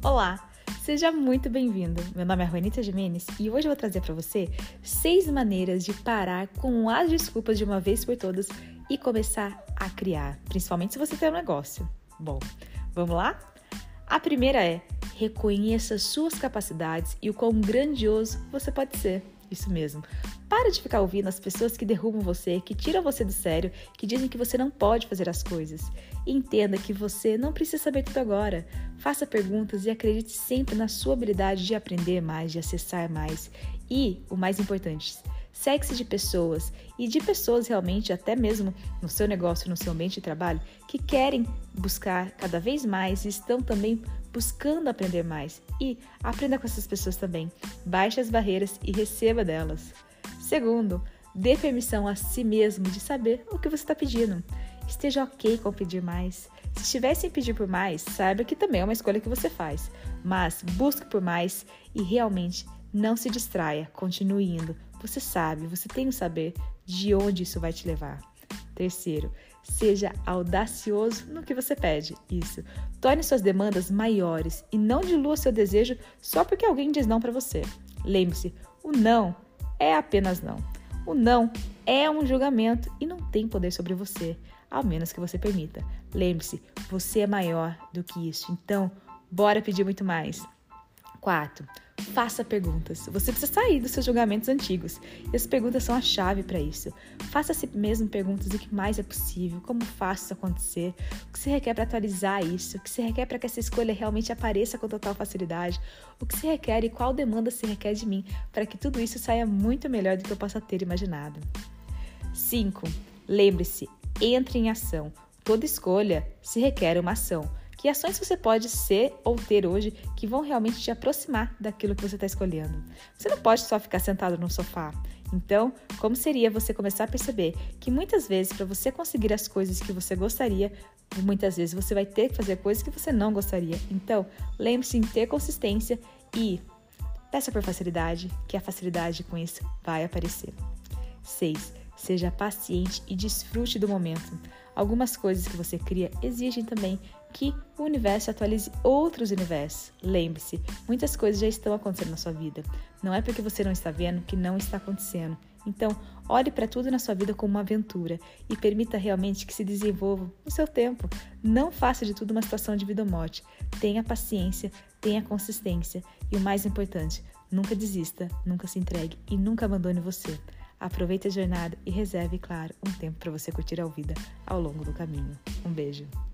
Olá, seja muito bem-vindo. Meu nome é Juanita Jimenez e hoje eu vou trazer para você 6 maneiras de parar com as desculpas de uma vez por todas e começar a criar, principalmente se você tem um negócio. Bom, vamos lá? A primeira é: reconheça suas capacidades e o quão grandioso você pode ser. Isso mesmo. Para de ficar ouvindo as pessoas que derrubam você, que tiram você do sério, que dizem que você não pode fazer as coisas. E entenda que você não precisa saber tudo agora. Faça perguntas e acredite sempre na sua habilidade de aprender mais, de acessar mais. E, o mais importante, cerque-se de pessoas, e de pessoas realmente, até mesmo no seu negócio, no seu ambiente de trabalho, que querem buscar cada vez mais e estão também buscando aprender mais. E aprenda com essas pessoas também. Baixe as barreiras e receba delas. Segundo, dê permissão a si mesmo de saber o que você está pedindo. Esteja ok com pedir mais. Se estiver sem pedir por mais, saiba que também é uma escolha que você faz. Mas busque por mais e realmente não se distraia, continue indo. Você sabe, você tem o saber de onde isso vai te levar. Terceiro, seja audacioso no que você pede. Isso. Torne suas demandas maiores e não dilua seu desejo só porque alguém diz não para você. Lembre-se, o não é apenas não. O não é um julgamento e não tem poder sobre você, ao menos que você permita. Lembre-se, você é maior do que isso. Então, bora pedir muito mais. 4. Faça perguntas. Você precisa sair dos seus julgamentos antigos. E as perguntas são a chave para isso. Faça a si mesmo perguntas do que mais é possível, como faço isso acontecer, o que se requer para atualizar isso, o que se requer para que essa escolha realmente apareça com total facilidade, o que se requer e qual demanda se requer de mim para que tudo isso saia muito melhor do que eu possa ter imaginado. 5. Lembre-se, entre em ação. Toda escolha se requer uma ação. Que ações você pode ser ou ter hoje que vão realmente te aproximar daquilo que você está escolhendo? Você não pode só ficar sentado no sofá. Então, como seria você começar a perceber que muitas vezes, para você conseguir as coisas que você gostaria, muitas vezes você vai ter que fazer coisas que você não gostaria. Então, lembre-se em ter consistência e peça por facilidade, que a facilidade com isso vai aparecer. 6. Seja paciente e desfrute do momento. Algumas coisas que você cria exigem também que o universo atualize outros universos. Lembre-se, muitas coisas já estão acontecendo na sua vida. Não é porque você não está vendo que não está acontecendo. Então, olhe para tudo na sua vida como uma aventura e permita realmente que se desenvolva no seu tempo. Não faça de tudo uma situação de vida ou morte. Tenha paciência, tenha consistência e o mais importante, nunca desista, nunca se entregue e nunca abandone você. Aproveite a jornada e reserve, claro, um tempo para você curtir a vida ao longo do caminho. Um beijo.